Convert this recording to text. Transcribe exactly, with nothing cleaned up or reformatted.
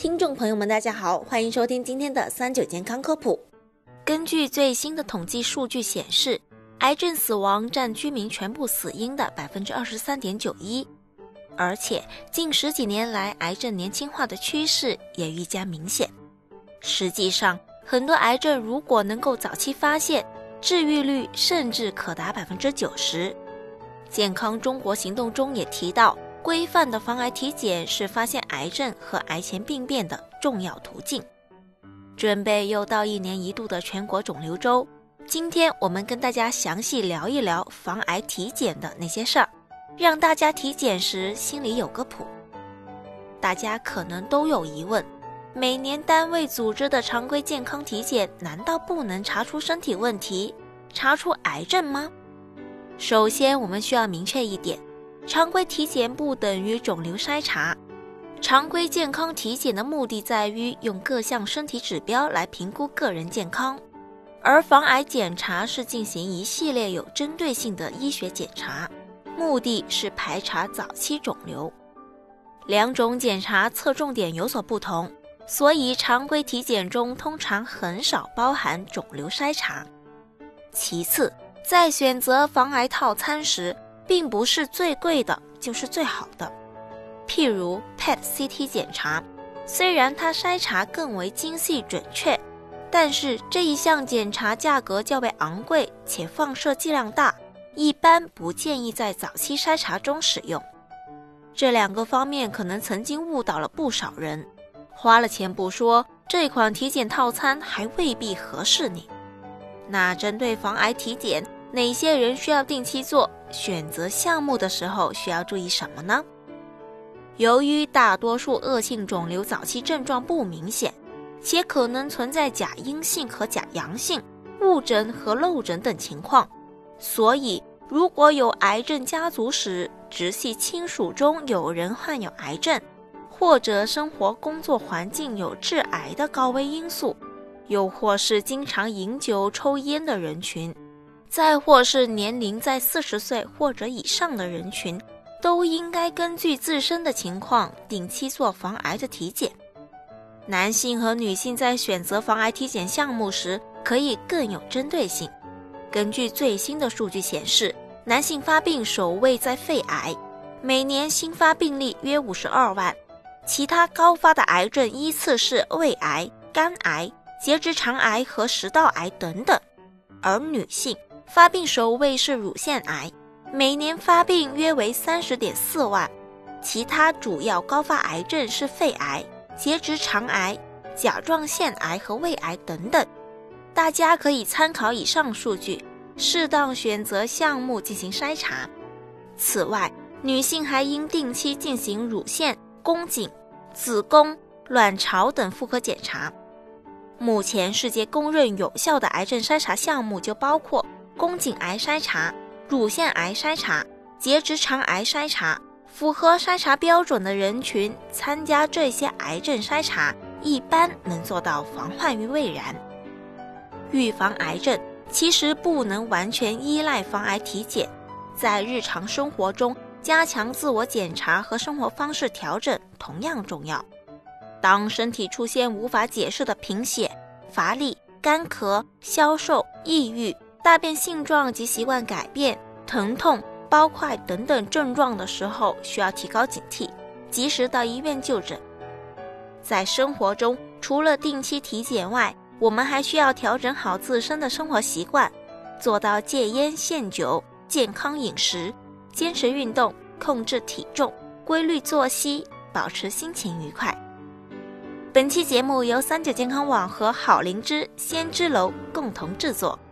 听众朋友们大家好，欢迎收听今天的三九健康科普。根据最新的统计数据显示，癌症死亡占居民全部死因的 百分之二十三点九一， 而且近十几年来癌症年轻化的趋势也愈加明显。实际上，很多癌症如果能够早期发现，治愈率甚至可达 百分之九十。 健康中国行动中也提到，规范的防癌体检是发现癌症和癌前病变的重要途径。准备又到一年一度的全国肿瘤周，今天我们跟大家详细聊一聊防癌体检的那些事儿，让大家体检时心里有个谱。大家可能都有疑问，每年单位组织的常规健康体检难道不能查出身体问题，查出癌症吗？首先我们需要明确一点，常规体检不等于肿瘤筛查。常规健康体检的目的在于用各项身体指标来评估个人健康，而防癌检查是进行一系列有针对性的医学检查，目的是排查早期肿瘤。两种检查侧重点有所不同，所以常规体检中通常很少包含肿瘤筛查。其次，在选择防癌套餐时，并不是最贵的就是最好的。譬如 P E T C T 检查，虽然它筛查更为精细准确，但是这一项检查价格较为昂贵，且放射剂量大，一般不建议在早期筛查中使用。这两个方面可能曾经误导了不少人，花了钱不说，这款体检套餐还未必合适你。那针对防癌体检，哪些人需要定期做？选择项目的时候需要注意什么呢？由于大多数恶性肿瘤早期症状不明显，且可能存在假阴性和假阳性、误诊和漏诊等情况，所以如果有癌症家族史、直系亲属中有人患有癌症，或者生活工作环境有致癌的高危因素，又或是经常饮酒抽烟的人群，再或是年龄在四十岁或者以上的人群，都应该根据自身的情况定期做防癌的体检。男性和女性在选择防癌体检项目时可以更有针对性。根据最新的数据显示，男性发病首位在肺癌，每年新发病例约五十二万，其他高发的癌症依次是胃癌、肝癌、结直肠癌和食道癌等等。而女性发病首位是乳腺癌，每年发病约为 三十点四万，其他主要高发癌症是肺癌、结直肠癌、甲状腺癌和胃癌等等。大家可以参考以上数据，适当选择项目进行筛查。此外，女性还应定期进行乳腺、宫颈、子宫、卵巢等妇科检查。目前世界公认有效的癌症筛查项目就包括宫颈癌筛查、乳腺癌筛查、结直肠癌筛查。符合筛查标准的人群参加这些癌症筛查，一般能做到防患于未然。预防癌症其实不能完全依赖防癌体检，在日常生活中加强自我检查和生活方式调整同样重要。当身体出现无法解释的贫血、乏力、干咳、消瘦、抑郁、大便性状及习惯改变、疼痛、包块等等症状的时候，需要提高警惕，及时到医院就诊。在生活中，除了定期体检外，我们还需要调整好自身的生活习惯，做到戒烟限酒、健康饮食、坚持运动、控制体重、规律作息，保持心情愉快。本期节目由三九健康网和好灵芝、先知楼共同制作。